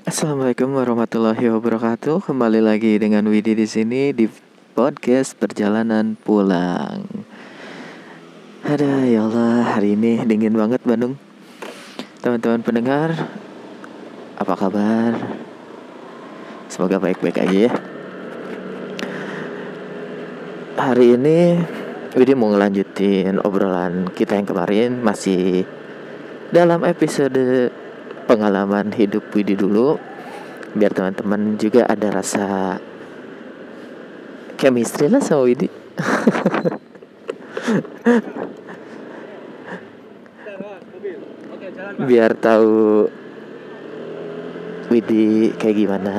Assalamualaikum warahmatullahi wabarakatuh. Kembali lagi dengan Widi di sini di podcast Perjalanan Pulang. Ada ya Allah, hari ini dingin banget Bandung. Teman-teman pendengar, apa kabar? Semoga baik-baik aja ya. Hari ini Widi mau ngelanjutin obrolan kita yang kemarin, masih dalam episode pengalaman hidup Widi dulu, biar teman-teman juga ada rasa chemistry lah sama Widi. Biar tahu Widi kayak gimana.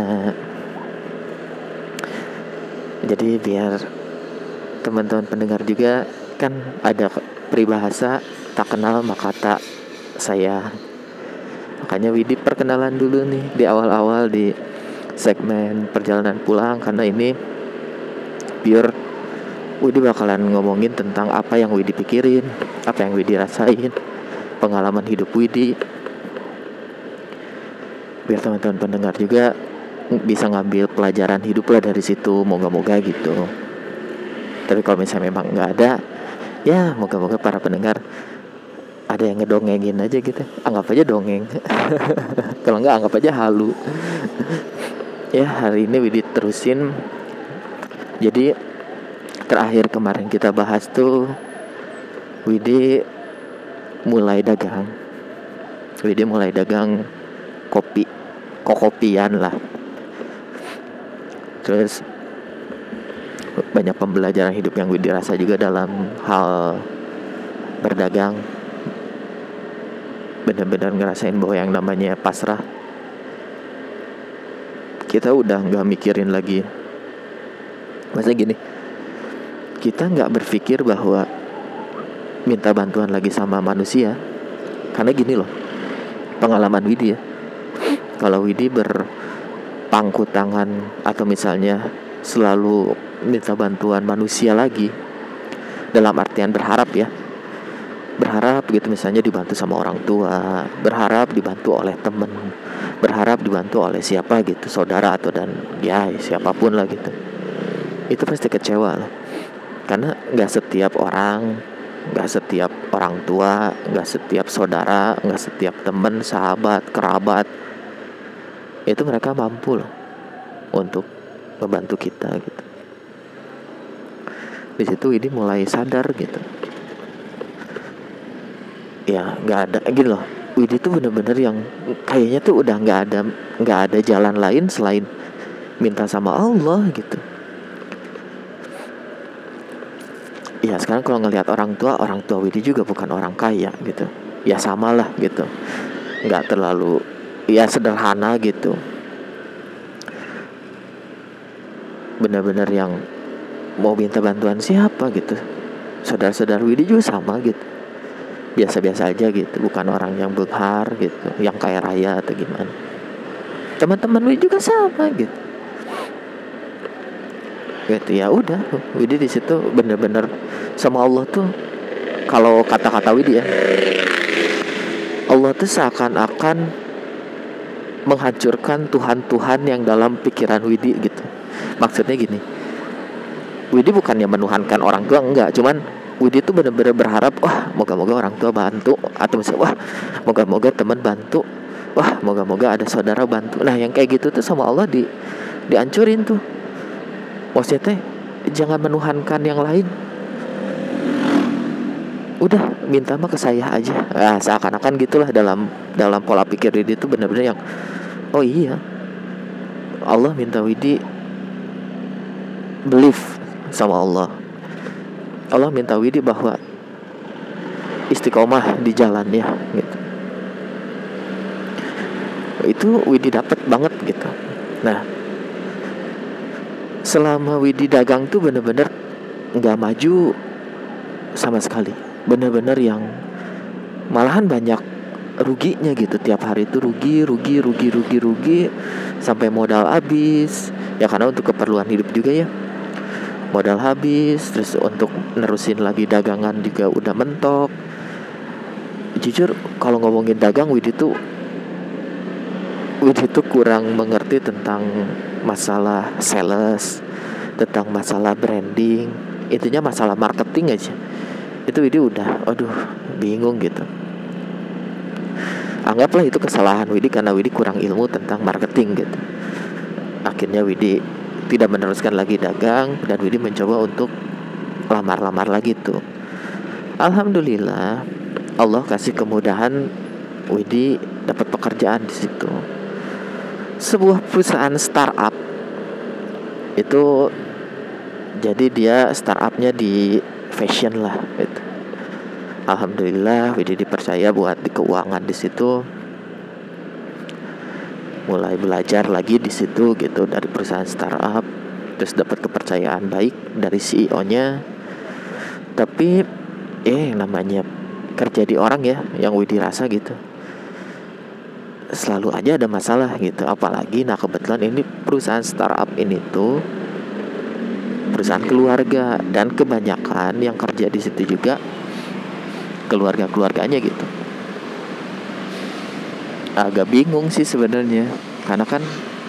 Jadi biar teman-teman pendengar juga, kan ada peribahasa tak kenal maka tak sayang. Makanya Widi perkenalan dulu nih di awal-awal di segmen perjalanan pulang, karena ini pure Widi bakalan ngomongin tentang apa yang Widi pikirin, apa yang Widi rasain, pengalaman hidup Widi, biar teman-teman pendengar juga bisa ngambil pelajaran hidup lah dari situ, moga-moga gitu. Tapi kalau misalnya memang nggak ada, ya moga-moga para pendengar ada yang ngedongengin aja gitu, anggap aja dongeng. Kalau nggak, anggap aja halu. Ya, hari ini Widi terusin. Jadi terakhir kemarin kita bahas tuh Widi mulai dagang kopian lah. Terus banyak pembelajaran hidup yang Widi rasa juga dalam hal berdagang. Benar-benar ngerasain bahwa yang namanya pasrah, kita udah gak mikirin lagi. Maksudnya gini, kita gak berpikir bahwa minta bantuan lagi sama manusia. Karena gini loh, pengalaman Widi ya, kalau Widi berpangku tangan atau misalnya selalu minta bantuan manusia lagi, dalam artian berharap gitu, misalnya dibantu sama orang tua, berharap dibantu oleh temen, berharap dibantu oleh siapa gitu, saudara atau dan ya siapapun lah gitu, itu pasti kecewa loh. Karena gak setiap orang, gak setiap orang tua, gak setiap saudara, gak setiap temen, sahabat, kerabat itu mereka mampu loh untuk membantu kita gitu. Di situ ini mulai sadar gitu. Ya nggak ada gini loh, Widi tuh bener-bener yang kayaknya tuh udah nggak ada jalan lain selain minta sama Allah gitu. Ya sekarang kalau ngelihat orang tua Widi juga bukan orang kaya gitu, ya samalah gitu, nggak terlalu ya sederhana gitu. Bener-bener yang mau minta bantuan siapa gitu, saudara-saudara Widi juga sama gitu, biasa-biasa aja gitu, bukan orang yang besar gitu, yang kaya raya atau gimana. Teman-teman Widi juga sama gitu. Gitu ya udah, Widi di situ bener-bener sama Allah tuh, kalau kata-kata Widi ya, Allah tuh seakan-akan menghancurkan Tuhan-Tuhan yang dalam pikiran Widi gitu. Maksudnya gini, Widi bukannya menuhankan orang tua, enggak, cuman Widi tuh benar-benar berharap, wah moga-moga orang tua bantu, atau misalnya wah moga-moga teman bantu, wah moga-moga ada saudara bantu. Nah yang kayak gitu tuh sama Allah dihancurin tuh. Maksudnya teh jangan menuhankan yang lain, udah minta mah ke saya aja. Nah seakan-akan gitulah dalam pola pikir Widi tuh benar-benar yang, oh iya, Allah minta Widi believe sama Allah. Allah minta Widi bahwa istiqomah di jalannya gitu. Itu Widi dapat banget gitu. Nah, selama Widi dagang tuh bener-bener nggak maju sama sekali. Bener-bener yang malahan banyak ruginya gitu. Tiap hari itu rugi sampai modal habis. Ya karena untuk keperluan hidup juga ya. Modal habis, terus untuk nerusin lagi dagangan juga udah mentok. Jujur kalau ngomongin dagang, Widi tuh Widi itu kurang mengerti tentang masalah sales, tentang masalah branding, intinya masalah marketing aja. Itu Widi udah, aduh, bingung gitu. Anggaplah itu kesalahan Widi karena Widi kurang ilmu tentang marketing gitu. Akhirnya Widi tidak meneruskan lagi dagang dan Widi mencoba untuk lamar-lamar lagi tuh. Alhamdulillah Allah kasih kemudahan, Widi dapat pekerjaan di situ. Sebuah perusahaan startup itu, jadi dia startupnya di fashion lah gitu. Alhamdulillah Widi dipercaya buat di keuangan di situ. Mulai belajar lagi di situ gitu dari perusahaan startup, terus dapat kepercayaan baik dari CEO-nya. Tapi namanya kerja di orang ya, yang Widi rasa gitu, selalu aja ada masalah gitu. Apalagi kebetulan ini perusahaan startup ini tuh perusahaan keluarga, dan kebanyakan yang kerja di situ juga keluarga-keluarganya gitu. Agak bingung sih sebenarnya, karena kan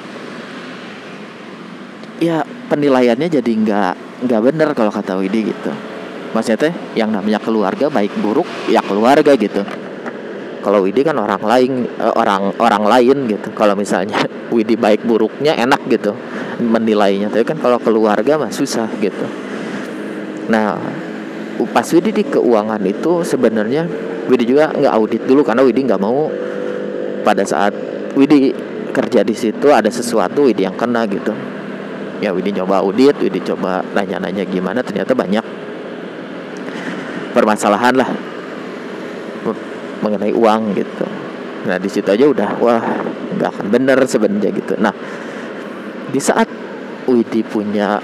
ya penilaiannya jadi nggak bener kalau kata Widi gitu. Maksudnya yang namanya keluarga baik buruk ya keluarga gitu. Kalau Widi kan orang lain gitu. Kalau misalnya Widi baik buruknya enak gitu menilainya, tapi kan kalau keluarga mah susah gitu. Nah, pas Widi di keuangan itu sebenarnya Widi juga nggak audit dulu, karena Widi nggak mau pada saat Widi kerja di situ ada sesuatu Widi yang kena gitu. Ya Widi coba audit, Widi coba nanya-nanya gimana, ternyata banyak permasalahan lah mengenai uang gitu. Nah di situ aja udah wah nggak akan bener sebenarnya gitu. Nah di saat Widi punya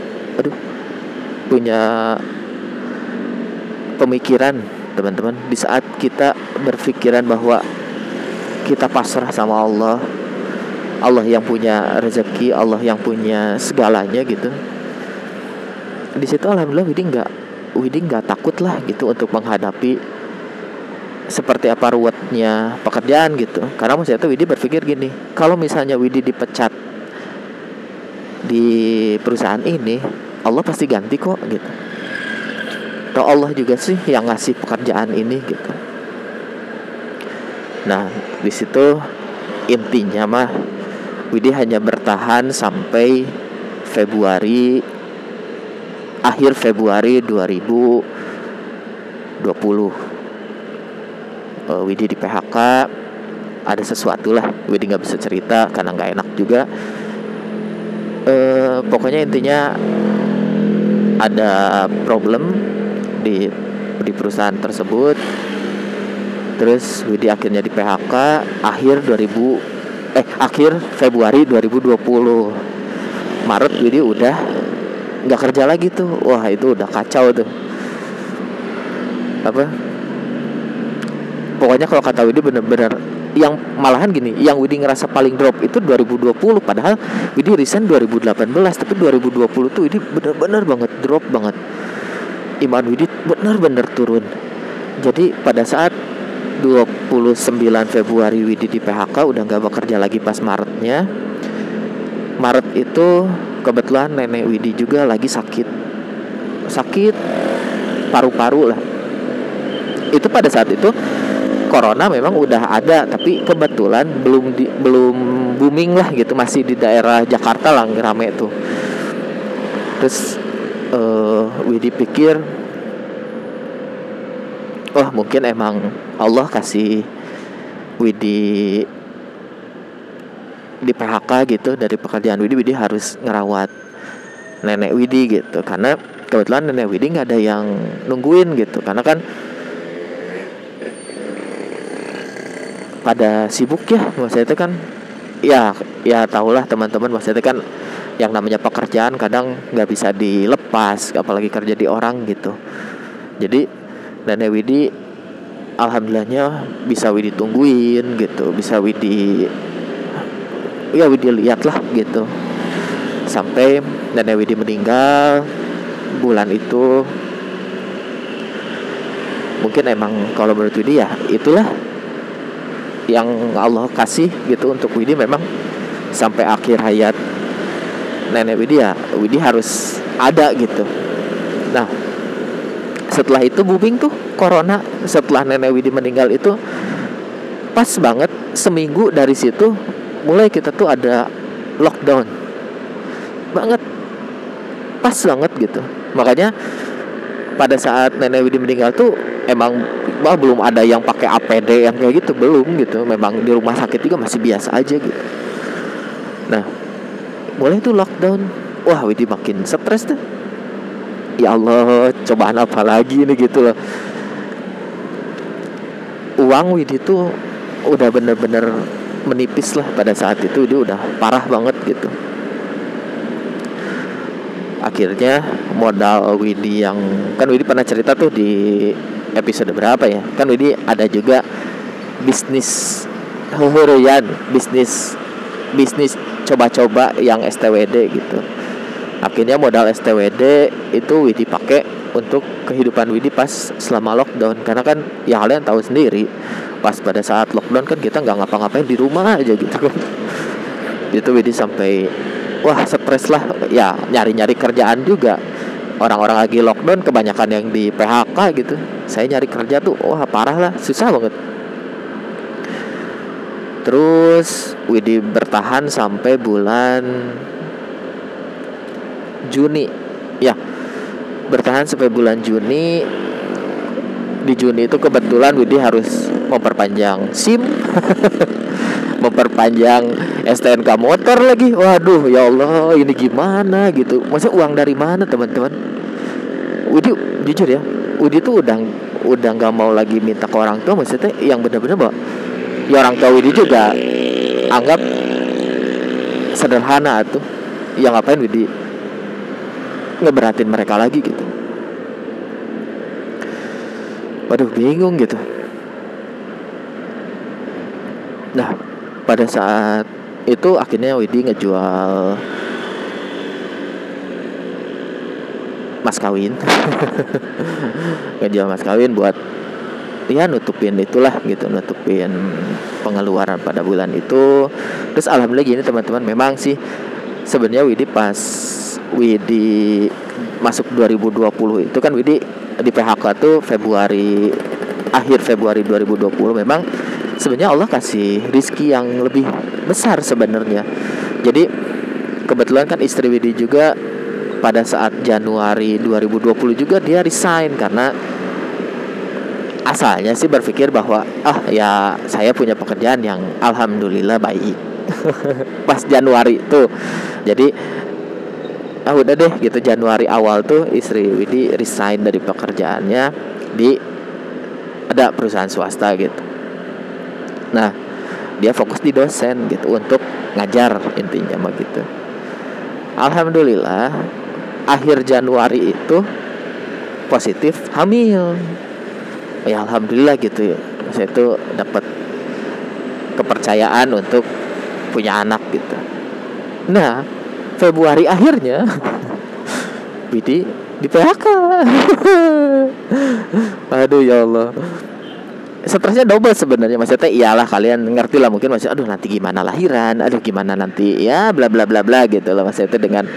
pemikiran teman-teman, di saat kita berpikiran bahwa kita pasrah sama Allah, Allah yang punya rezeki, Allah yang punya segalanya gitu. Di situ alhamdulillah Widi nggak takut lah gitu untuk menghadapi seperti apa ruwetnya pekerjaan gitu. Karena maksudnya itu Widi berpikir gini, kalau misalnya Widi dipecat di perusahaan ini, Allah pasti ganti kok gitu. Atau Allah juga sih yang ngasih pekerjaan ini gitu. Nah di situ intinya mah Widi hanya bertahan sampai akhir Februari 2020. Widi di PHK, ada sesuatu lah, Widi nggak bisa cerita karena nggak enak juga. Pokoknya intinya ada problem di perusahaan tersebut. Terus Widi akhirnya di PHK akhir Februari 2020. Maret Widi udah nggak kerja lagi tuh. Wah itu udah kacau tuh. Pokoknya kalau kata Widi bener-bener yang malahan gini, yang Widi ngerasa paling drop itu 2020. Padahal Widi resign 2018, tapi 2020 tuh Widi bener-bener banget drop banget. Iman Widi bener-bener turun. Jadi pada saat 29 Februari Widi di PHK, udah gak bekerja lagi pas Maretnya. Maret itu kebetulan nenek Widi juga lagi sakit paru-paru lah. Itu pada saat itu corona memang udah ada, tapi kebetulan belum booming lah gitu, masih di daerah Jakarta lah rame tuh. Terus Widi pikir, wah mungkin emang Allah kasih Widi di PHK gitu dari pekerjaan Widi harus ngerawat nenek Widi gitu. Karena kebetulan nenek Widi nggak ada yang nungguin gitu, karena kan pada sibuk ya. Maksudnya itu kan ya tahulah teman-teman, maksudnya kan yang namanya pekerjaan kadang nggak bisa dilepas, apalagi kerja di orang gitu. Jadi nenek Widi alhamdulillahnya bisa Widi tungguin gitu, bisa Widi lihat lah gitu, sampai nenek Widi meninggal bulan itu. Mungkin emang kalau menurut Widi ya itulah yang Allah kasih gitu untuk Widi memang sampai akhir hayat nenek Widi ya Widi harus ada gitu. Nah setelah itu booming tuh corona, setelah nenek Widi meninggal itu pas banget seminggu dari situ mulai kita tuh ada lockdown banget, pas banget gitu. Makanya pada saat nenek Widi meninggal tuh emang belum ada yang pakai APD yang kayak gitu, belum gitu. Memang di rumah sakit juga masih biasa aja gitu. Nah mulai tuh lockdown, wah Widi makin stres tuh. Ya Allah, cobaan apa lagi ini gitu loh. Uang Widi tuh udah bener-bener menipis lah pada saat itu, dia udah parah banget gitu. Akhirnya modal Widi yang kan Widi pernah cerita tuh di episode berapa ya, kan Widi ada juga bisnis hurian, bisnis coba-coba yang STWD gitu. Akhirnya modal STWD itu Widi pakai untuk kehidupan Widi pas selama lockdown. Karena kan ya kalian tahu sendiri, pas pada saat lockdown kan kita nggak ngapa-ngapain, di rumah aja gitu kan. Itu Widi sampai wah stres lah ya, nyari-nyari kerjaan juga. Orang-orang lagi lockdown kebanyakan yang di PHK gitu. Saya nyari kerja tuh wah parah lah, susah banget. Terus Widi bertahan sampai bulan Juni. Ya, bertahan sampai bulan Juni. Di Juni itu kebetulan Widi harus memperpanjang SIM memperpanjang STNK motor lagi. Waduh ya Allah, ini gimana gitu. Maksudnya uang dari mana teman-teman? Widi jujur ya, Widi tuh udah nggak mau lagi minta ke orang tua. Maksudnya yang benar-benar bahwa ya orang tua Widi juga anggap sederhana tuh. Ya ngapain Widi ngeberatin mereka lagi gitu. Waduh bingung gitu. Nah pada saat itu akhirnya Widi ngejual mas kawin ngejual mas kawin buat ya nutupin itulah gitu, nutupin pengeluaran pada bulan itu. Terus alhamdulillah gini teman-teman, memang sih sebenarnya Widi pas Widi masuk 2020 itu kan Widi di PHK tuh akhir Februari 2020. Memang sebenarnya Allah kasih rizki yang lebih besar sebenarnya. Jadi kebetulan kan istri Widi juga pada saat Januari 2020 juga dia resign, karena asalnya sih berpikir bahwa ya saya punya pekerjaan yang alhamdulillah baik pas Januari tuh. Jadi udah deh gitu, Januari awal tuh istri Widi resign dari pekerjaannya di ada perusahaan swasta gitu. Nah dia fokus di dosen gitu, untuk ngajar intinya mah gitu. Alhamdulillah akhir Januari itu positif hamil. Ya alhamdulillah gitu ya, saya itu dapat kepercayaan untuk punya anak gitu. Nah Februari akhirnya Widi di PHK. Aduh ya Allah, stresnya double sebenarnya. Maksudnya iyalah kalian ngerti lah mungkin, maksudnya aduh nanti gimana lahiran, aduh gimana nanti ya bla bla bla bla gitu lah. Maksudnya dengan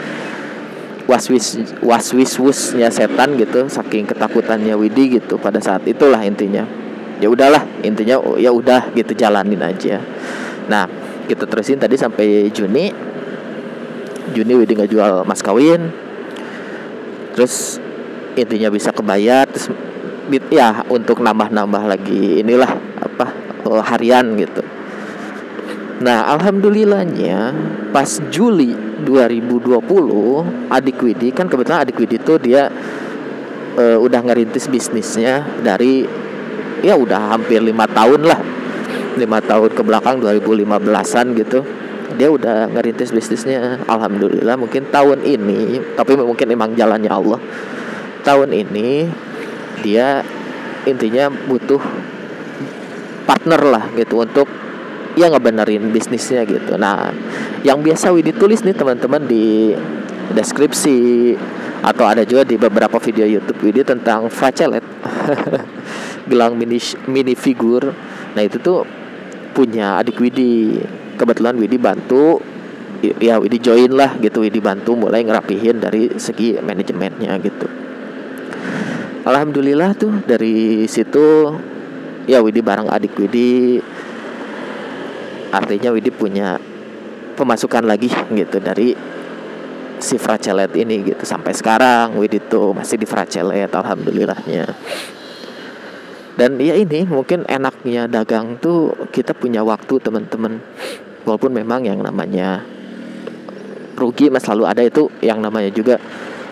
waswisnya setan gitu, saking ketakutannya Widi gitu pada saat itulah intinya. Ya udahlah intinya, ya udah gitu, jalanin aja. Nah kita terusin tadi sampai Juni Widi nggak jual mas kawin. Terus intinya bisa kebayar. Terus ya untuk nambah lagi inilah harian gitu. Nah alhamdulillahnya pas Juli 2020 adik Widi, kan kebetulan adik Widi tuh dia udah ngerintis bisnisnya dari ya udah hampir 5 tahun lah, 5 tahun ke belakang, 2015an gitu. Dia udah ngerintis bisnisnya. Alhamdulillah mungkin tahun ini, tapi mungkin emang jalannya Allah, tahun ini dia intinya butuh partner lah gitu untuk ya ngebenerin bisnisnya gitu. Nah yang biasa Widi tulis nih teman-teman di deskripsi, atau ada juga di beberapa video YouTube Widi tentang facelet gelang mini figur. Nah itu tuh punya adik Widi. Kebetulan Widi bantu, ya Widi join lah gitu, Widi bantu mulai ngerapihin dari segi manajemennya gitu. Alhamdulillah tuh dari situ ya Widi bareng adik Widi, artinya Widi punya pemasukan lagi gitu dari si Fracelet ini gitu. Sampai sekarang Widi tuh masih di Fracelet, alhamdulillahnya. Dan ya ini mungkin enaknya dagang tuh kita punya waktu teman-teman. Walaupun memang yang namanya rugi mas selalu ada, itu yang namanya juga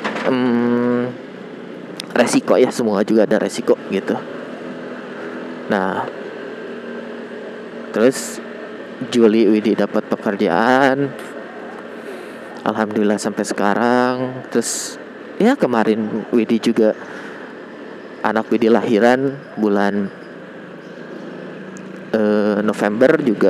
resiko ya, semua juga ada resiko gitu. Nah terus Juli Widi dapat pekerjaan, alhamdulillah sampai sekarang. Terus ya kemarin Widi juga, anak Widi lahiran bulan November juga,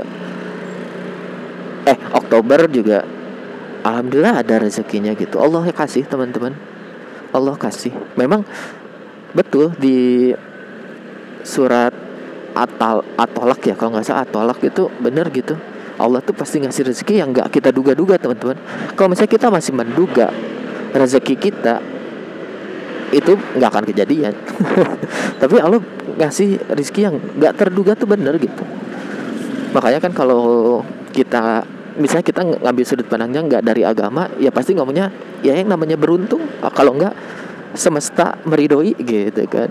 Oktober juga, alhamdulillah ada rezekinya gitu. Allah kasih teman-teman, Allah kasih. Memang betul di surat At-Tolak ya kalau nggak salah, At-Tolak itu benar gitu. Allah tuh pasti ngasih rezeki yang nggak kita duga-duga teman-teman. Kalau misalnya kita masih menduga rezeki kita, itu nggak akan kejadian. Tapi Allah ngasih rezeki yang nggak terduga tuh benar gitu. Makanya kan kalau kita misalnya kita ngambil sudut pandangnya nggak dari agama, ya pasti ngomongnya ya yang namanya beruntung. Kalau nggak semesta meridoi gitu kan.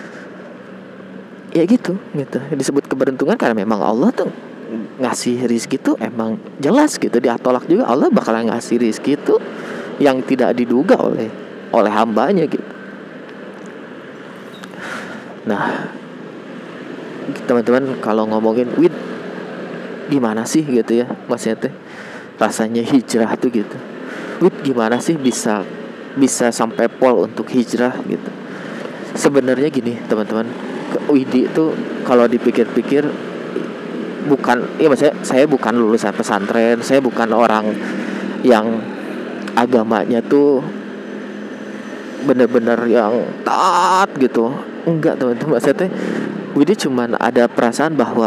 Ya gitu disebut keberuntungan karena memang Allah tuh ngasih rizki tuh emang jelas gitu. Di At-Tolak juga Allah bakalan ngasih rizki tuh yang tidak diduga oleh hambanya gitu. Nah teman-teman, kalau ngomongin Wid gimana sih gitu ya maksudnya teh rasanya hijrah tuh gitu. Wid gimana sih bisa sampai pol untuk hijrah gitu. Sebenarnya gini teman-teman, Widi itu kalau dipikir-pikir bukan, ya maksudnya saya bukan lulusan pesantren, saya bukan orang yang agamanya tuh bener-bener yang taat gitu. Enggak teman-teman, maksudnya Widi cuman ada perasaan bahwa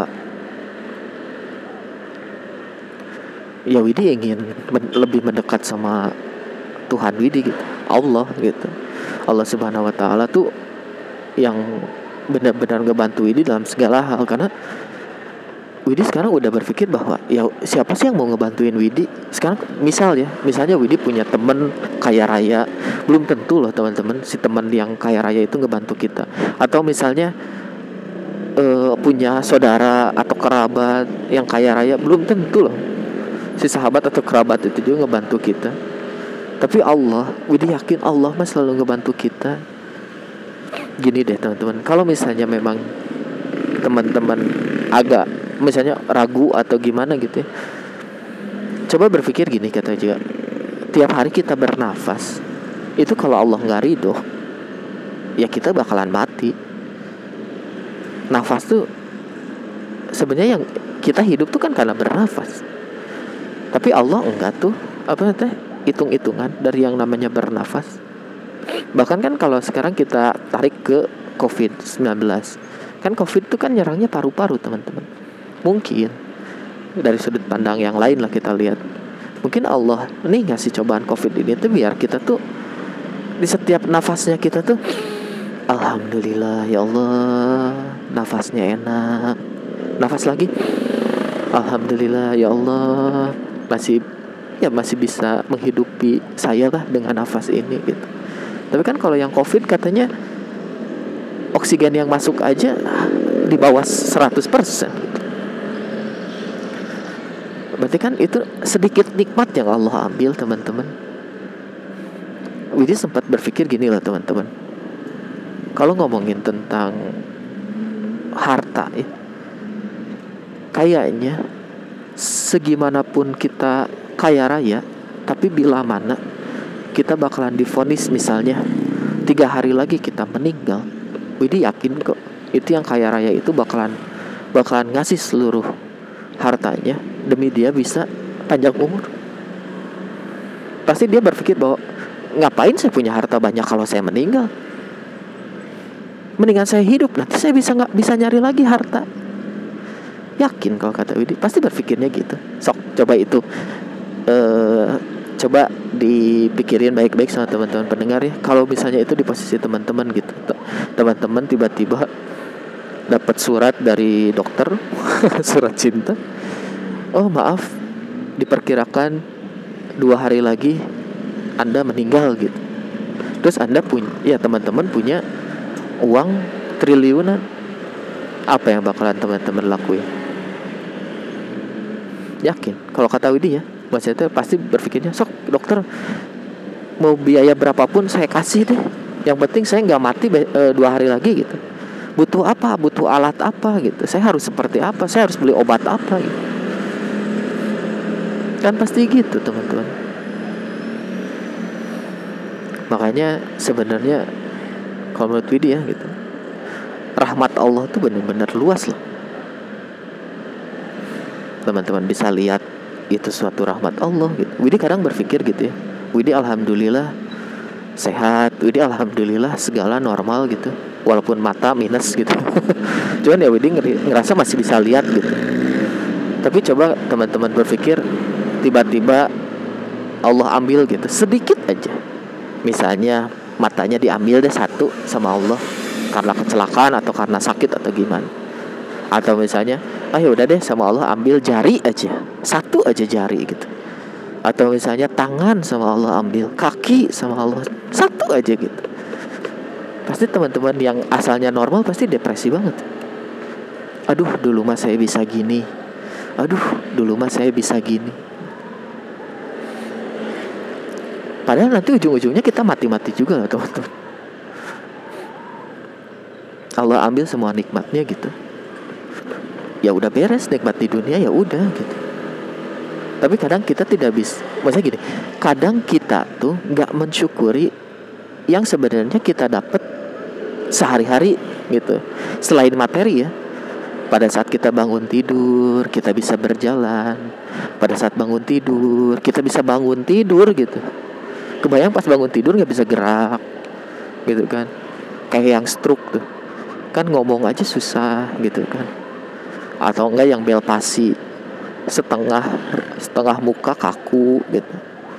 ya Widi ingin lebih mendekat sama Tuhan Widi gitu, Allah gitu. Allah Subhanahu wa Ta'ala tuh yang benar-benar ngebantu Widi dalam segala hal. Karena Widi sekarang udah berpikir bahwa ya siapa sih yang mau ngebantuin Widi sekarang. Misalnya Widi punya temen kaya raya, belum tentu loh teman-teman si teman yang kaya raya itu ngebantu kita. Atau misalnya punya saudara atau kerabat yang kaya raya, belum tentu loh si sahabat atau kerabat itu juga ngebantu kita. Tapi Allah, Widi yakin Allah mas selalu ngebantu kita. Gini deh teman-teman, kalau misalnya memang teman-teman agak misalnya ragu atau gimana gitu ya, coba berpikir gini, kata juga tiap hari kita bernafas itu kalau Allah nggak ridho ya kita bakalan mati. Nafas tuh sebenarnya yang kita hidup tuh kan karena bernafas, tapi Allah enggak tuh hitung-hitungan dari yang namanya bernafas. Bahkan kan kalau sekarang kita tarik ke COVID-19, kan COVID itu kan nyerangnya paru-paru teman-teman. Mungkin dari sudut pandang yang lain lah kita lihat, mungkin Allah nih ngasih cobaan COVID ini tuh biar kita tuh di setiap nafasnya kita tuh alhamdulillah ya Allah, nafasnya enak. Nafas lagi, alhamdulillah ya Allah, masih bisa menghidupi saya lah dengan nafas ini gitu. Tapi kan kalau yang COVID katanya oksigen yang masuk aja di bawah 100% gitu. Berarti kan itu sedikit nikmat yang Allah ambil teman-teman. Widi sempat berpikir gini loh teman-teman, kalau ngomongin tentang harta ya, kayaknya segimanapun kita kaya raya, tapi bila mana kita bakalan divonis misalnya 3 hari lagi kita meninggal, Widi yakin kok itu yang kaya raya itu bakalan ngasih seluruh hartanya demi dia bisa panjang umur. Pasti dia berpikir bahwa ngapain saya punya harta banyak kalau saya meninggal, mendingan saya hidup, nanti saya bisa nyari lagi harta. Yakin kalau kata Widi pasti berpikirnya gitu. Sok coba itu coba dipikirin baik-baik sama teman-teman pendengar ya. Kalau misalnya itu di posisi teman-teman gitu, teman-teman tiba-tiba dapat surat dari dokter surat cinta, oh maaf, diperkirakan 2 hari lagi Anda meninggal gitu. Terus Anda punya, ya teman-teman punya uang triliunan, apa yang bakalan teman-teman lakuin? Yakin kalau kata Widi ya, maksudnya pasti berpikirnya, sok dokter mau biaya berapapun saya kasih deh, yang penting saya nggak mati 2 hari lagi gitu. Butuh apa, butuh alat apa gitu, saya harus seperti apa, saya harus beli obat apa gitu. Kan pasti gitu teman-teman. Makanya sebenarnya kalau menurut Widi ya gitu, rahmat Allah tuh benar-benar luas loh. Teman-teman bisa lihat itu suatu rahmat Allah gitu. Widi kadang berpikir gitu ya, Widi alhamdulillah sehat, Widi alhamdulillah segala normal gitu, walaupun mata minus gitu. Cuman ya Widi ngerasa masih bisa lihat gitu. Tapi coba teman-teman berpikir, tiba-tiba Allah ambil gitu sedikit aja, misalnya matanya diambil deh satu sama Allah karena kecelakaan atau karena sakit atau gimana. Atau misalnya ya udah deh sama Allah ambil jari aja, satu aja jari gitu. Atau misalnya tangan sama Allah ambil, kaki sama Allah satu aja gitu. Pasti teman-teman yang asalnya normal pasti depresi banget. Aduh dulu mah saya bisa gini, aduh dulu mah saya bisa gini. Padahal nanti ujung-ujungnya kita mati-mati juga lah teman-teman. Allah ambil semua nikmatnya gitu. Ya udah beres, nikmat di dunia ya udah gitu. Tapi kadang kita tidak bisa, maksudnya gini, kadang kita tuh nggak mensyukuri yang sebenarnya kita dapat sehari-hari gitu. Selain materi ya, pada saat kita bangun tidur kita bisa berjalan, pada saat bangun tidur kita bisa bangun tidur gitu. Kebayang pas bangun tidur nggak bisa gerak gitu kan, kayak yang stroke tuh kan, ngomong aja susah gitu kan. Atau enggak yang belpasi setengah muka kaku gitu.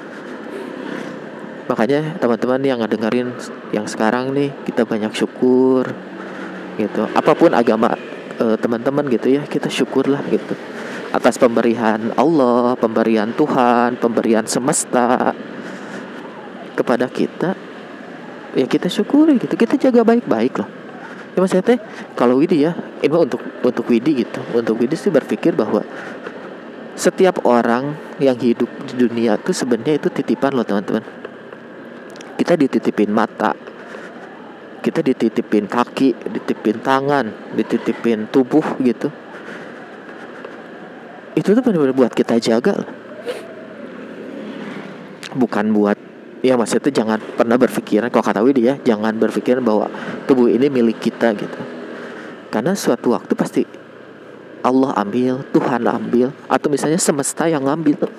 Makanya teman-teman yang ngedengerin yang sekarang nih, kita banyak syukur gitu. Apapun agama teman-teman gitu ya, kita syukurlah gitu atas pemberian Allah, pemberian Tuhan, pemberian semesta kepada kita. Ya kita syukuri gitu, kita jaga baik-baik lah. Ya maksudnya teh kalau Widi ya, ini untuk Widi gitu. Untuk Widi sih berpikir bahwa setiap orang yang hidup di dunia tuh sebenarnya itu titipan loh teman-teman. Kita dititipin mata, kita dititipin kaki, dititipin tangan, dititipin tubuh gitu. Itu tuh benar-benar buat kita jaga loh. Bukan buat, ya maksudnya jangan pernah berpikiran, kalau kata Widi ya, jangan berpikiran bahwa tubuh ini milik kita gitu. Karena suatu waktu pasti Allah ambil, Tuhan ambil, atau misalnya semesta yang ngambil.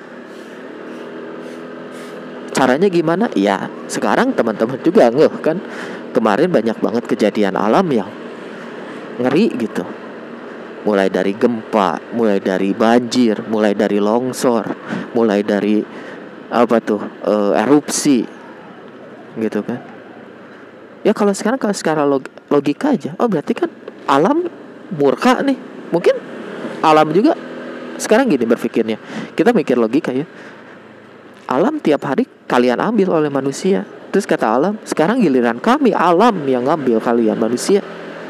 Caranya gimana? Ya sekarang teman-teman juga ngeh kan, kemarin banyak banget kejadian alam yang ngeri gitu. Mulai dari gempa, mulai dari banjir, mulai dari longsor, mulai dari apa tuh erupsi gitu kan. Ya kalau secara logika aja, oh berarti kan alam murka nih. Mungkin alam juga sekarang gini berpikirnya, kita mikir logika ya, alam tiap hari kalian ambil oleh manusia. Terus kata alam, sekarang giliran kami alam yang ngambil kalian manusia.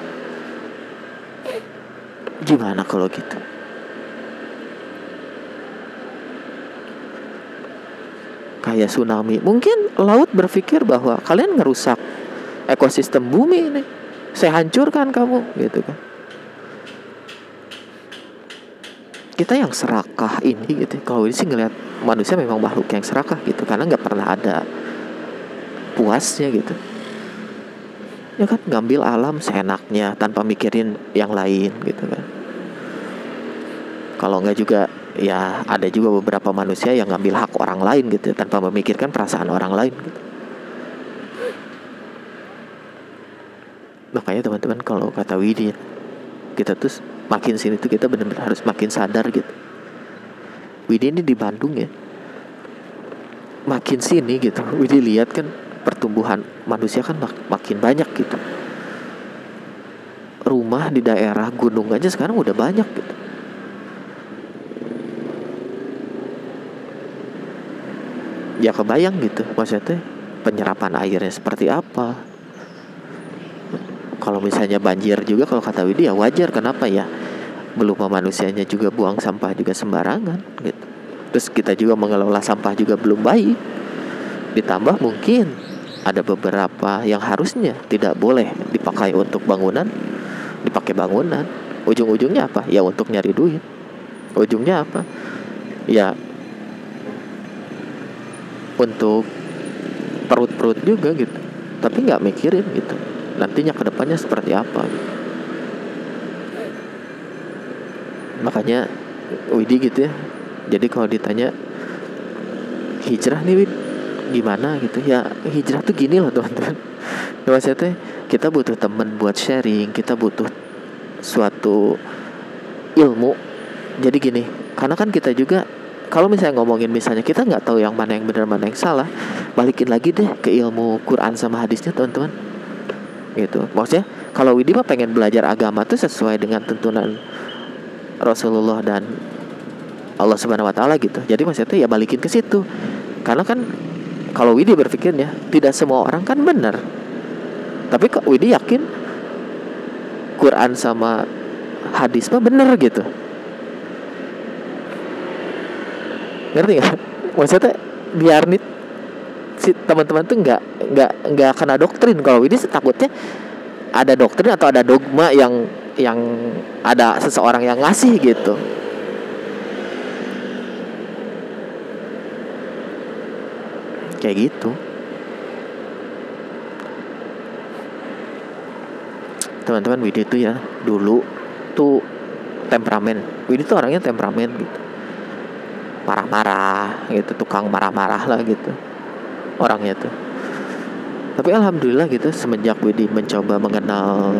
Gimana kalau gitu? Kayak tsunami, mungkin laut berpikir bahwa kalian ngerusak ekosistem bumi ini, saya hancurkan kamu gitu kan. Kita yang serakah ini gitu, kalau ini sih ngelihat manusia memang makhluk yang serakah gitu, karena nggak pernah ada puasnya gitu. Ya kan, ngambil alam seenaknya tanpa mikirin yang lain gitu kan. Kalau nggak juga ya ada juga beberapa manusia yang ngambil hak orang lain gitu tanpa memikirkan perasaan orang lain gitu. Makanya teman-teman kalau kata Widi, kita tuh makin sini tuh kita benar-benar harus makin sadar gitu. Widi ini di Bandung ya, makin sini gitu Widi lihat kan pertumbuhan manusia kan makin banyak gitu. Rumah di daerah gunung aja sekarang udah banyak gitu. Ya kebayang gitu maksudnya penyerapan airnya seperti apa. Kalau misalnya banjir juga, kalau kata Widi ya wajar, kenapa ya, belum manusianya juga buang sampah juga sembarangan gitu. Terus kita juga mengelola sampah juga belum baik. Ditambah mungkin ada beberapa yang harusnya tidak boleh dipakai untuk bangunan, dipakai bangunan. Ujung-ujungnya apa? Ya untuk nyari duit. Ujungnya apa? Ya untuk perut-perut juga gitu. Tapi nggak mikirin gitu nantinya kedepannya seperti apa. Makanya Widi gitu ya, jadi kalau ditanya hijrah nih Wid gimana gitu ya, hijrah tuh gini loh teman-teman. Maksudnya kita butuh teman buat sharing, kita butuh suatu ilmu. Jadi gini, karena kan kita juga kalau misalnya ngomongin misalnya kita nggak tahu yang mana yang benar mana yang salah, balikin lagi deh ke ilmu Quran sama hadisnya teman-teman. Gitu. Maksudnya kalau Widi mah pengen belajar agama tuh sesuai dengan tuntunan Rasulullah dan Allah Subhanahu wa taala gitu. Jadi maksudnya ya balikin ke situ. Karena kan kalau Widi berpikirnya tidak semua orang kan benar. Tapi kok Widi yakin Quran sama hadis mah benar gitu. Ngerti gak? Maksudnya biar nih si teman-teman tuh nggak kena doktrin. Kalau ini takutnya ada doktrin atau ada dogma yang ada seseorang yang ngasih gitu. Kayak gitu. Teman-teman, Widi tuh ya dulu tuh temperamen. Widi tuh orangnya temperamen gitu. Marah-marah gitu, tukang marah-marah lah gitu orangnya tuh. Tapi alhamdulillah gitu semenjak Widi mencoba mengenal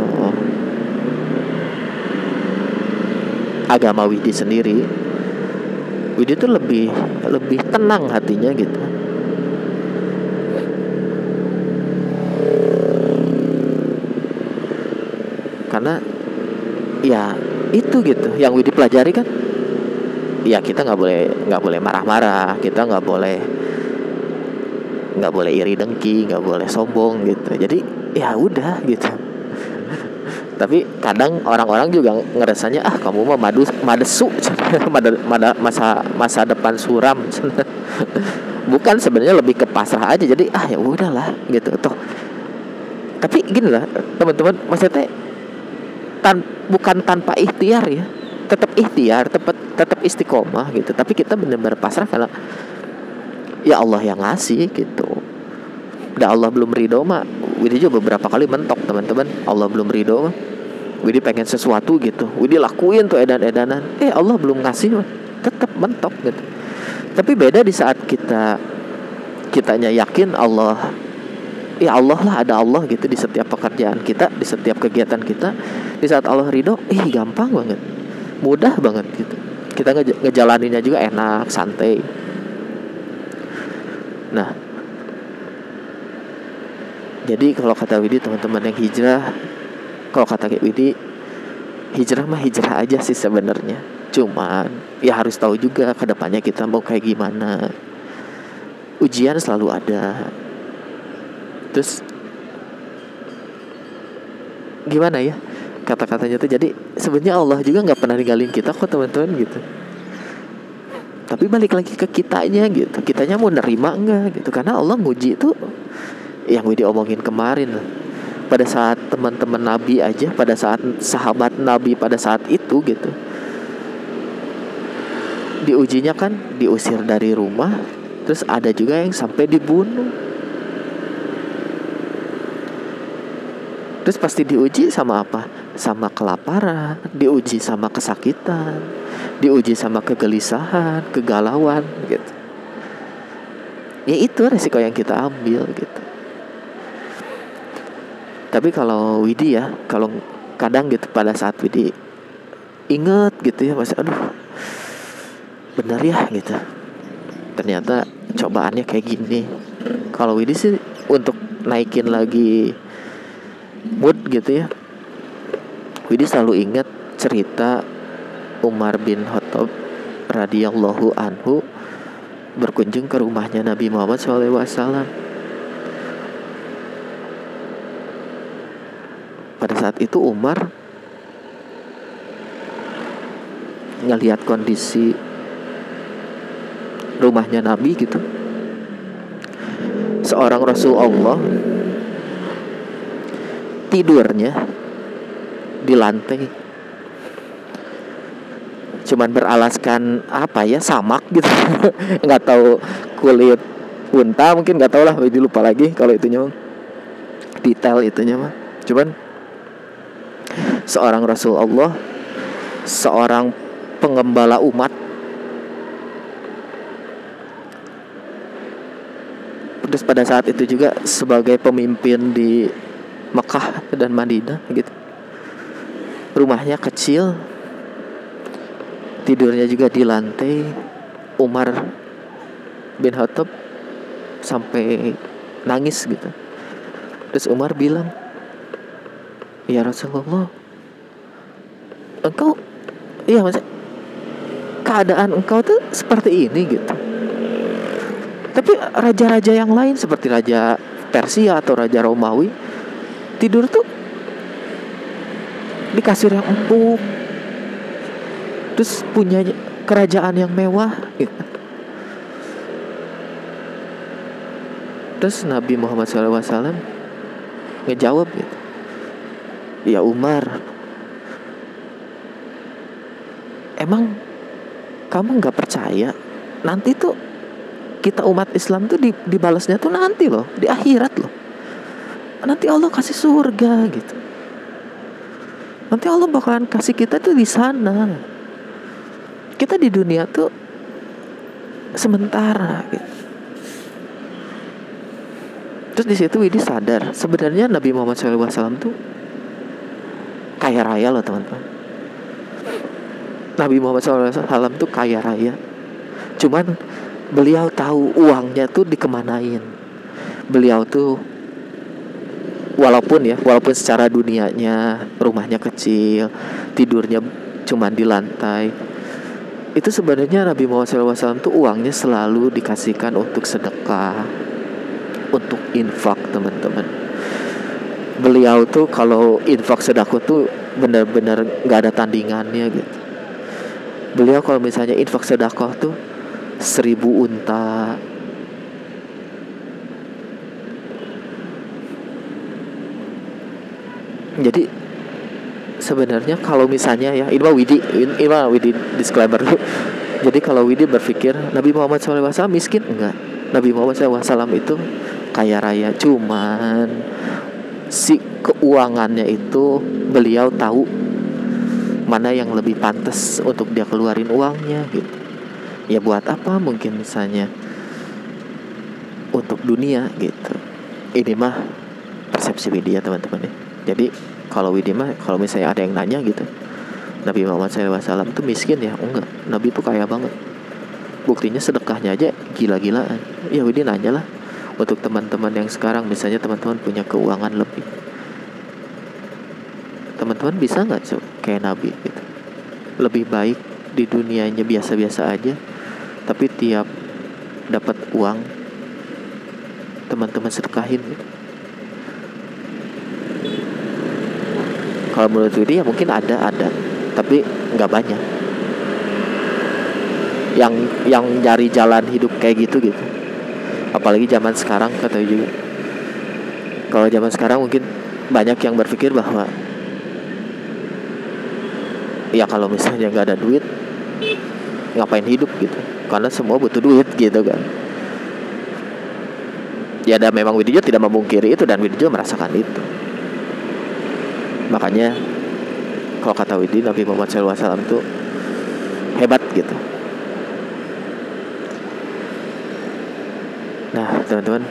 agama Widi sendiri, Widi tuh lebih tenang hatinya gitu. Karena ya itu gitu yang Widi pelajari kan. Ya kita nggak boleh marah-marah, kita nggak boleh iri dengki, nggak boleh sombong gitu. Jadi ya udah gitu. Tapi kadang orang-orang juga ngerasanya kamu mah madesu masa depan suram. Bukan, sebenarnya lebih ke pasrah aja. Jadi ya udahlah gitu toh. Tapi gini lah teman-teman, maksudnya bukan tanpa ikhtiar ya. Tetap ikhtiar, tetap istiqomah gitu. Tapi kita benar-benar pasrah karena ya Allah yang ngasih gitu. Udah Allah belum ridho mah Widi juga beberapa kali mentok teman-teman. Allah belum ridho mah Widi pengen sesuatu gitu, Widi lakuin tuh edan-edanan, Allah belum ngasih mah tetap mentok gitu. Tapi beda di saat kitanya yakin Allah, ya Allah lah, ada Allah gitu di setiap pekerjaan kita, di setiap kegiatan kita. Di saat Allah ridho, gampang banget, mudah banget gitu. Kita ngejalaninnya juga enak, santai. Nah, jadi kalau kata Widi teman-teman yang hijrah, kalau kata Widi hijrah mah hijrah aja sih sebenarnya. Cuman ya harus tahu juga kedepannya kita mau kayak gimana. Ujian selalu ada. Terus gimana ya kata-katanya tuh, jadi sebenarnya Allah juga nggak pernah ninggalin kita kok teman-teman gitu. Tapi balik lagi ke kitanya gitu, kitanya mau nerima enggak gitu. Karena Allah nguji itu yang Widi omongin kemarin lah. Pada saat teman-teman Nabi aja, pada saat sahabat Nabi pada saat itu gitu, diujinya kan diusir dari rumah. Terus ada juga yang sampai dibunuh. Terus pasti diuji sama apa? Sama kelaparan, diuji sama kesakitan, diuji sama kegelisahan, kegalauan gitu. Ya itu resiko yang kita ambil gitu. Tapi kalau Widi ya, kalau kadang gitu pada saat Widi inget gitu ya, masih aduh benar ya gitu, ternyata cobaannya kayak gini. Kalau Widi sih untuk naikin lagi mood gitu ya, Widi selalu ingat cerita Umar bin Khattab radhiyallahu anhu berkunjung ke rumahnya Nabi Muhammad SAW. Pada saat itu Umar ngelihat kondisi rumahnya Nabi gitu. Seorang Rasul Allah tidurnya di lantai, cuman beralaskan apa ya, samak gitu. Nggak tahu, kulit unta mungkin, nggak tahu lah, jadi lupa lagi kalau itunya mah, detail itunya mah. Cuman seorang Rasul Allah, seorang penggembala umat, terus pada saat itu juga sebagai pemimpin di Mekah dan Madinah gitu. Rumahnya kecil, tidurnya juga di lantai. Umar bin Khattab sampai nangis gitu. Terus Umar bilang, ya Rasulullah, engkau, iya maksudnya keadaan engkau tuh seperti ini gitu. Tapi raja-raja yang lain seperti Raja Persia atau Raja Romawi tidur tuh di kasur yang empuk, terus punya kerajaan yang mewah gitu. Terus Nabi Muhammad SAW ngejawab gitu, ya Umar, emang kamu gak percaya nanti tuh kita umat Islam tuh dibalasnya tuh nanti loh, di akhirat loh. Nanti Allah kasih surga gitu. Nanti Allah bakalan kasih kita tuh di sana. Kita di dunia tuh sementara gitu. Terus di situ Widi sadar sebenarnya Nabi Muhammad SAW tuh kaya raya loh teman-teman. Nabi Muhammad SAW tuh kaya raya. Cuman beliau tahu uangnya tuh dikemanain. Beliau tuh walaupun secara dunianya rumahnya kecil, tidurnya cuma di lantai, itu sebenarnya Nabi Muhammad SAW tuh uangnya selalu dikasihkan untuk sedekah, untuk infak teman-teman. Beliau tuh kalau infak sedekah tuh benar-benar nggak ada tandingannya gitu. Beliau kalau misalnya infak sedekah tuh 1000 unta. Jadi sebenarnya kalau misalnya ya, ini mah Widi disclaimer dulu. Jadi kalau Widi berpikir Nabi Muhammad SAW miskin, enggak. Nabi Muhammad SAW itu kaya raya, cuman si keuangannya itu beliau tahu mana yang lebih pantas untuk dia keluarin uangnya gitu. Ya buat apa, mungkin misalnya untuk dunia gitu. Ini mah persepsi Widi ya teman-teman ya. Jadi kalau Widi mah, kalau misalnya ada yang nanya gitu, Nabi Muhammad SAW tuh miskin ya? Enggak, Nabi tuh kaya banget. Buktinya sedekahnya aja gila-gilaan. Ya Widi nanya lah, untuk teman-teman yang sekarang misalnya teman-teman punya keuangan lebih, teman-teman bisa nggak kayak Nabi gitu? Lebih baik di dunianya biasa-biasa aja, tapi tiap dapat uang teman-teman sedekahin gitu. Kalau menurut Widi ya mungkin ada, tapi nggak banyak yang nyari jalan hidup kayak gitu. Apalagi zaman sekarang, kata juga. Kalau zaman sekarang mungkin banyak yang berpikir bahwa ya kalau misalnya nggak ada duit, ngapain hidup gitu? Karena semua butuh duit gitu kan. Ya dan memang Widi juga tidak memungkiri itu, dan Widi juga merasakan itu. Makanya kalau kata Widi, Nabi Muhammad SAW itu hebat gitu. Nah teman-teman,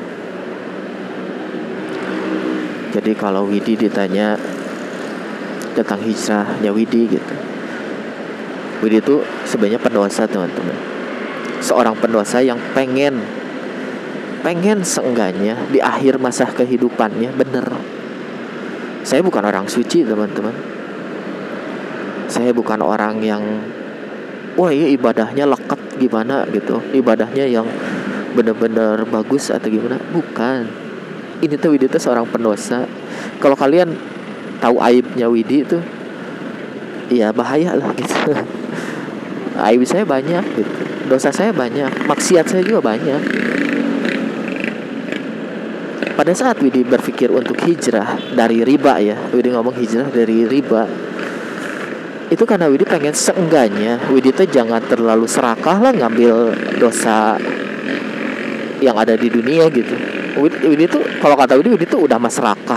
jadi kalau Widi ditanya tentang hijrahnya Widi gitu. Widi itu sebenarnya pendosa teman-teman, seorang pendosa yang pengen seenggaknya di akhir masa kehidupannya bener. Saya bukan orang suci teman-teman, saya bukan orang yang wah iya ibadahnya lekat gimana gitu, ibadahnya yang bener-bener bagus atau gimana, bukan. Ini tuh Widi tuh seorang pendosa. Kalau kalian tahu aibnya Widi itu, ya bahaya lah gitu. Aib saya banyak gitu, dosa saya banyak, maksiat saya juga banyak. Pada saat Widi berpikir untuk hijrah dari riba ya, Widi ngomong hijrah dari riba, itu karena Widi pengen seenggaknya Widi tuh jangan terlalu serakah lah ngambil dosa yang ada di dunia gitu. Widi tuh kalau kata Widi tuh udah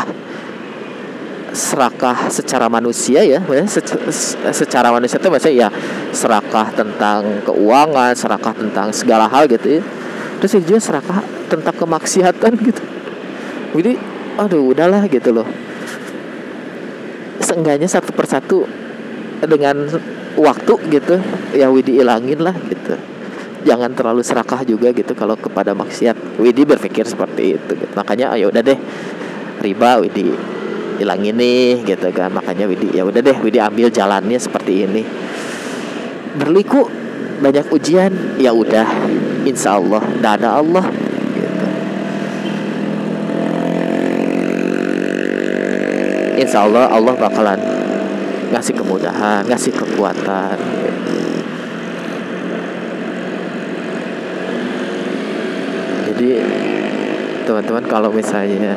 serakah secara manusia ya, secara manusia tuh maksudnya ya serakah tentang keuangan, serakah tentang segala hal gitu ya. Terus juga serakah tentang kemaksiatan gitu. Widi aduh udahlah gitu loh, seenggaknya satu persatu dengan waktu gitu ya Widi ilangin lah gitu. Jangan terlalu serakah juga gitu kalau kepada maksiat. Widi berpikir seperti itu gitu. Makanya ayo udah deh riba Widi ilangin nih gitu kan. Makanya Widi ya udah deh Widi ambil jalannya seperti ini. Berliku banyak ujian, ya udah insya Allah dah ada Allah gitu. Insya Allah bakalan ngasih kemudahan, ngasih kekuatan gitu. Jadi teman-teman kalau misalnya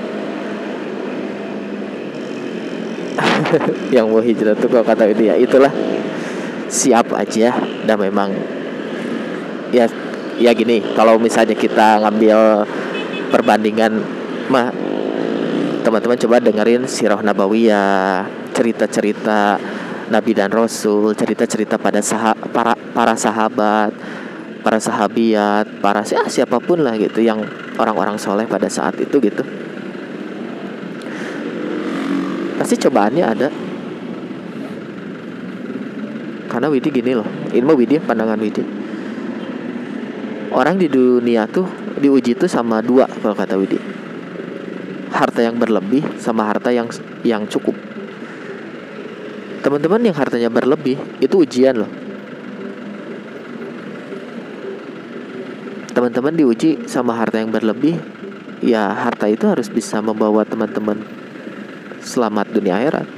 yang mau hijrah tuh kalau kata dia itulah siap aja. Dan memang ya gini, kalau misalnya kita ngambil perbandingan mah teman-teman coba dengerin Sirah Nabawiyah, cerita-cerita Nabi dan Rasul, cerita-cerita pada para sahabat, para sahabiat, para siapapun lah gitu yang orang-orang soleh pada saat itu gitu. Pasti cobaannya ada. Karena Widi gini loh, ini mah Widi, pandangan Widi. Orang di dunia tuh diuji tuh sama dua kalau kata Widi. Harta yang berlebih sama harta yang cukup. Teman-teman yang hartanya berlebih itu ujian loh. Teman-teman diuji sama harta yang berlebih, ya harta itu harus bisa membawa teman-teman selamat dunia akhirat.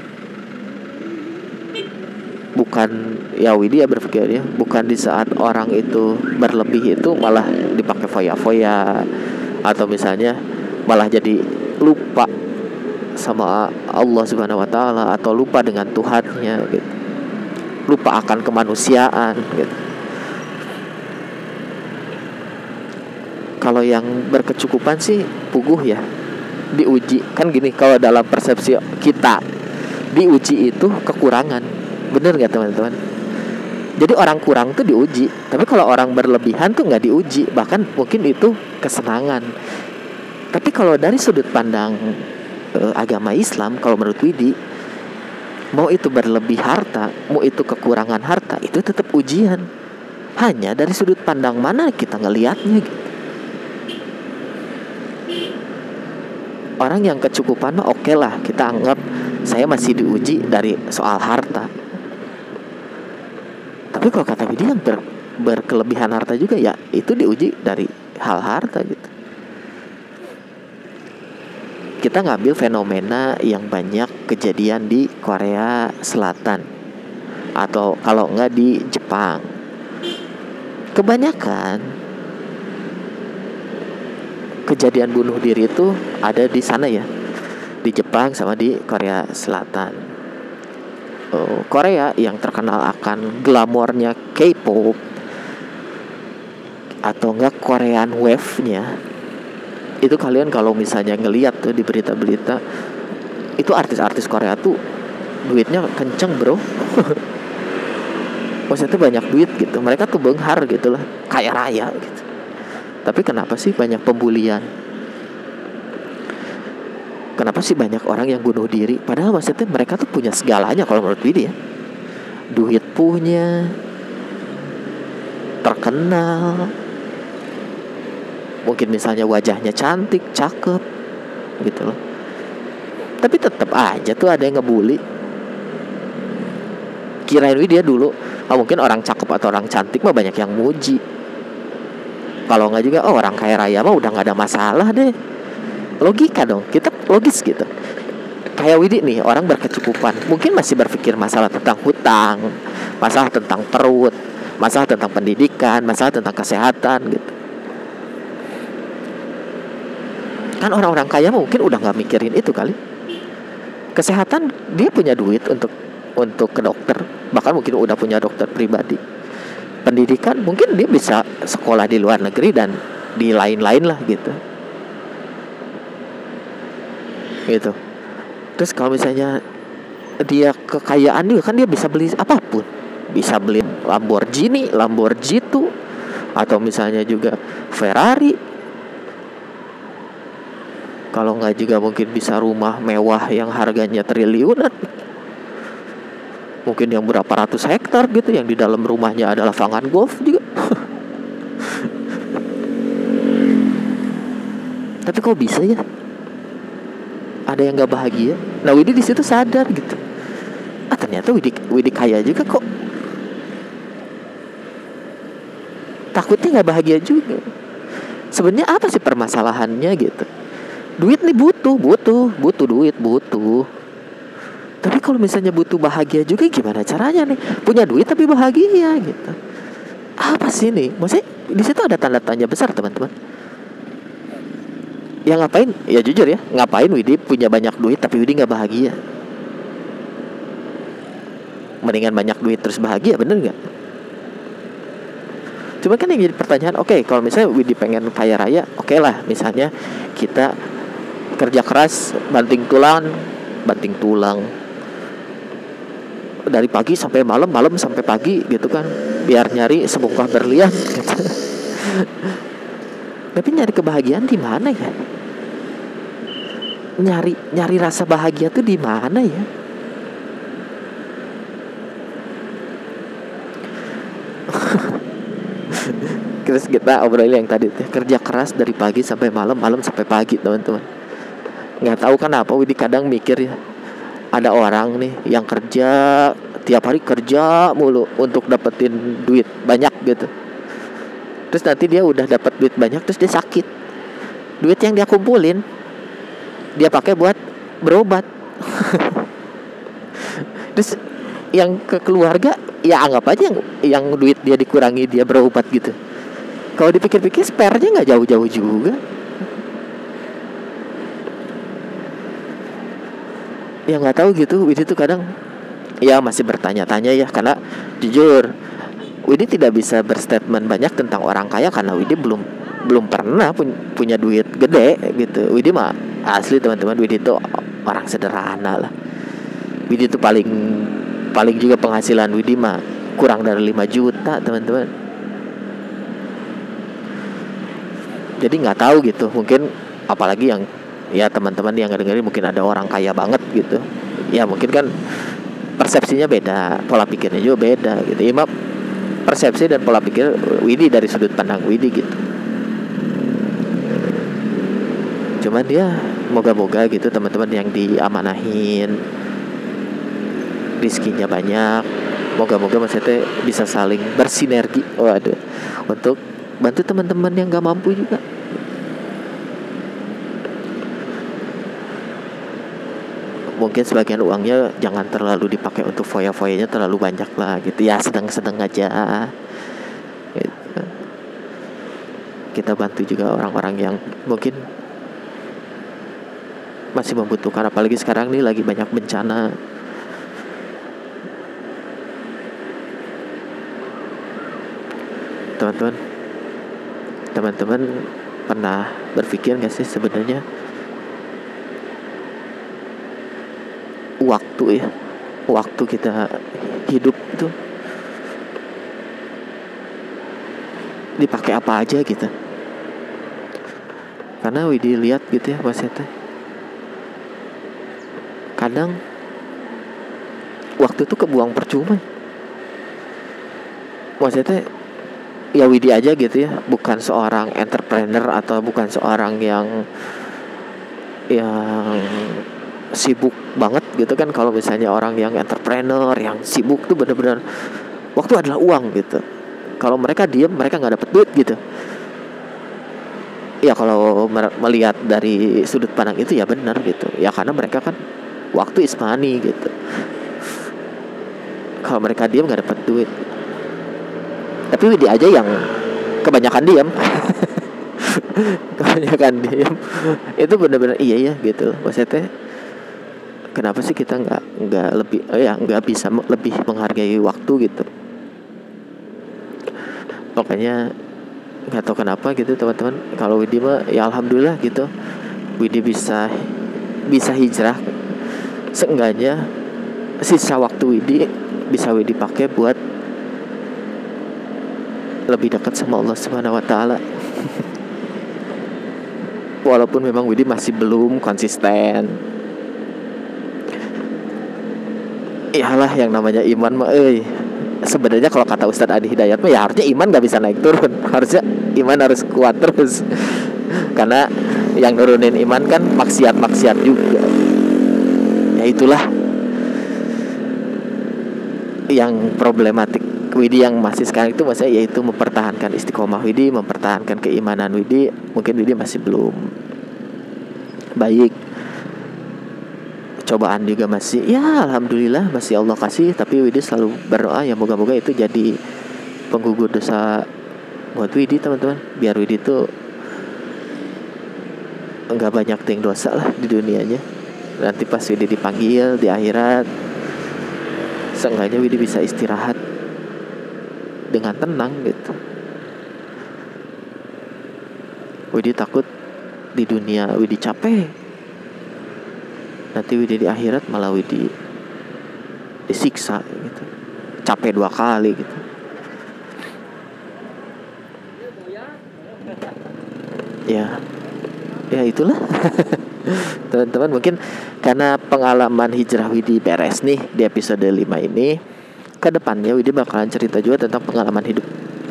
Bukan ya Widi ya berpikirnya bukan di saat orang itu berlebih itu malah dipakai foya-foya, atau misalnya malah jadi lupa sama Allah Subhanahu wa taala, atau lupa dengan Tuhannya gitu. Lupa akan kemanusiaan gitu. Kalau yang berkecukupan sih puguh ya. Diuji kan gini, kalau dalam persepsi kita diuji itu kekurangan. Bener gak teman-teman? Jadi orang kurang tuh diuji. Tapi kalau orang berlebihan tuh gak diuji, bahkan mungkin itu kesenangan. Tapi kalau dari sudut pandang agama Islam, kalau menurut Widi, mau itu berlebih harta, mau itu kekurangan harta, itu tetap ujian. Hanya dari sudut pandang mana kita ngelihatnya gitu. Orang yang kecukupan mah oke lah, kita anggap saya masih diuji dari soal harta. Tapi kalau kata Widi yang berkelebihan harta juga ya itu diuji dari hal harta gitu. Kita ngambil fenomena yang banyak kejadian di Korea Selatan, atau kalau enggak di Jepang. Kebanyakan kejadian bunuh diri itu ada di sana ya, di Jepang sama di Korea Selatan. Korea yang terkenal akan glamornya K-pop atau enggak Korean Wave-nya, itu kalian kalau misalnya ngelihat tuh di berita-berita, itu artis-artis Korea tuh duitnya kenceng bro. Maksudnya tuh banyak duit gitu, mereka tuh benghar gitu lah, kaya raya gitu. Tapi kenapa sih banyak pembulian? Kenapa sih banyak orang yang bunuh diri? Padahal maksudnya mereka tuh punya segalanya kalau menurut Widi ya. Duit punya, terkenal, mungkin misalnya wajahnya cantik, cakep, gitu loh. Tapi tetap aja tuh ada yang ngebully. Kirain dia dulu, mungkin orang cakep atau orang cantik mah banyak yang muji. Kalau nggak juga, orang kaya raya mah udah nggak ada masalah deh. Logika dong, kita logis gitu. Kayak Widi nih, orang berkecukupan, mungkin masih berpikir masalah tentang hutang, masalah tentang perut, masalah tentang pendidikan, masalah tentang kesehatan gitu. Kan orang-orang kaya mungkin udah nggak mikirin itu kali. Kesehatan dia punya duit untuk ke dokter, bahkan mungkin udah punya dokter pribadi. Pendidikan mungkin dia bisa sekolah di luar negeri dan di lain-lain lah gitu. Gitu. Terus kalau misalnya dia kekayaan juga kan dia bisa beli apapun. Bisa beli Lamborghini tuh, atau misalnya juga Ferrari. Kalau nggak juga mungkin bisa rumah mewah yang harganya triliunan. Mungkin yang berapa ratus hektar gitu, yang di dalam rumahnya ada lapangan golf juga. Tapi kok bisa ya ada yang nggak bahagia? Nah, Widi di situ sadar gitu. Ternyata Widi kaya juga kok. Takutnya nggak bahagia juga. Sebenarnya apa sih permasalahannya gitu? Duit nih butuh duit. Tapi kalau misalnya butuh bahagia juga, gimana caranya nih? Punya duit tapi bahagia gitu. Apa sih nih? Maksudnya di situ ada tanda tanya besar, teman-teman. Ya ngapain? Ya jujur ya, ngapain Widi punya banyak duit tapi Widi nggak bahagia? Mendingan banyak duit terus bahagia, bener nggak? Cuma kan yang jadi pertanyaan, oke, kalau misalnya Widi pengen kaya raya, oke lah, misalnya kita kerja keras, banting tulang dari pagi sampai malam sampai pagi gitu kan, biar nyari sebongkah berlian gitu. Tapi nyari kebahagiaan di mana ya? Nyari rasa bahagia tuh di mana ya? Terus kita obrolin yang tadi tuh, kerja keras dari pagi sampai malam sampai pagi, teman-teman. Nggak tahu kenapa Widi kadang mikir ya, ada orang nih yang kerja tiap hari kerja mulu untuk dapetin duit banyak gitu. Terus nanti dia udah dapat duit banyak, terus dia sakit. Duit yang dia kumpulin dia pakai buat berobat. Terus yang ke keluarga ya anggap aja yang duit dia dikurangi dia berobat gitu. Kalau dipikir-pikir spare-nya nggak jauh-jauh juga. Ya nggak tahu gitu. Widi tuh kadang ya masih bertanya-tanya ya, karena jujur Widi tidak bisa berstatement banyak tentang orang kaya karena Widi belum pernah punya duit gede gitu. Widi mah asli, teman-teman, Widi tuh orang sederhana lah. Widi tuh paling juga penghasilan Widi mah kurang dari 5 juta, teman-teman. Jadi nggak tahu gitu, mungkin apalagi yang ya teman-teman yang dengerin mungkin ada orang kaya banget gitu. Ya mungkin kan persepsinya beda, pola pikirnya juga beda gitu. Ya, persepsi dan pola pikir Widi dari sudut pandang Widi gitu. Cuman ya moga-moga gitu teman-teman yang diamanahin rizkinya banyak. Moga-moga maksudnya bisa saling bersinergi, untuk bantu teman-teman yang gak mampu juga. Mungkin sebagian uangnya jangan terlalu dipakai untuk foya-foyanya terlalu banyak lah gitu ya, sedang-sedang aja gitu. Kita bantu juga orang-orang yang mungkin masih membutuhkan, apalagi sekarang nih lagi banyak bencana. Teman-teman pernah berpikir gak sih sebenarnya waktu kita hidup itu dipakai apa aja gitu? Karena Widi lihat gitu ya, maksudnya kadang waktu itu kebuang percuma. Maksudnya ya Widi aja gitu ya, bukan seorang entrepreneur atau bukan seorang yang sibuk banget gitu kan. Kalau misalnya orang yang entrepreneur yang sibuk tuh benar-benar waktu adalah uang gitu. Kalau mereka diem, mereka nggak dapet duit gitu. Ya kalau melihat dari sudut pandang itu ya benar gitu. Ya karena mereka kan waktu is money gitu. Kalau mereka diem nggak dapet duit. Tapi Widi aja yang kebanyakan diem. Kebanyakan diem. Itu benar-benar iya ya gitu. Maksudnya kenapa sih kita nggak lebih nggak bisa lebih menghargai waktu gitu. Pokoknya nggak tahu kenapa gitu teman-teman. Kalau Widi mah ya alhamdulillah gitu. Widi bisa hijrah. Seenggaknya sisa waktu Widi bisa Widi pakai buat lebih dekat sama Allah Subhanahu wa taala. Walaupun memang Widi masih belum konsisten. Iyalah yang namanya iman mah sebenarnya kalau kata Ustadz Adi Hidayat mah ya harusnya iman gak bisa naik turun. Harusnya iman harus kuat terus. Karena yang nurunin iman kan maksiat-maksiat juga. Ya itulah yang problematik Widi yang masih sekarang itu, maksudnya yaitu mempertahankan istiqomah Widi, mempertahankan keimanan Widi. Mungkin Widi masih belum baik. Cobaan juga masih, ya alhamdulillah masih Allah kasih. Tapi Widi selalu berdoa ya moga-moga itu jadi penggugur dosa buat Widi teman-teman. Biar Widi tuh enggak banyak ting dosa lah di dunianya. Nanti pas Widi dipanggil di akhirat, seenggaknya Widi bisa istirahat dengan tenang gitu. Widi takut di dunia Widi capek, nanti Widi di akhirat malah Widi disiksa gitu, capek 2 kali gitu. Ya itulah. Teman-teman, mungkin karena pengalaman hijrah Widi beres nih di episode 5 ini, kedepannya Widi bakalan cerita juga tentang pengalaman hidup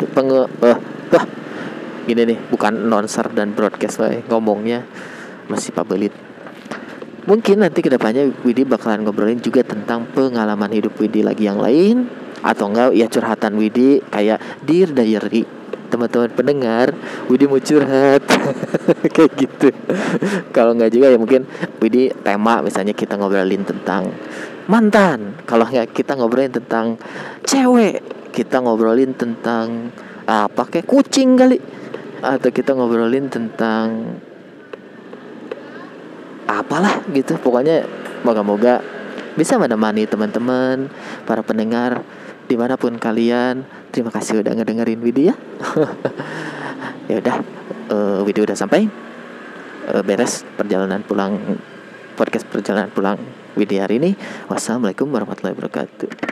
gini nih, bukan announcer dan broadcast ngomongnya masih pabelit. Mungkin nanti kedepannya Widi bakalan ngobrolin juga tentang pengalaman hidup Widi lagi yang lain, atau enggak ya curhatan Widi kayak Dear Diary. Teman-teman pendengar, Widi mau curhat kayak gitu. Kalau enggak juga ya mungkin Widi tema, misalnya kita ngobrolin tentang mantan. Kalau enggak kita ngobrolin tentang cewek, kita ngobrolin tentang apa kayak kucing kali, atau kita ngobrolin tentang apalah gitu. Pokoknya moga-moga bisa menemani teman-teman para pendengar dimanapun kalian. Terima kasih udah ngedengerin Widi ya. Ya udah, Widi udah sampai beres perjalanan pulang, podcast perjalanan pulang Widi hari ini. Wassalamualaikum warahmatullahi wabarakatuh.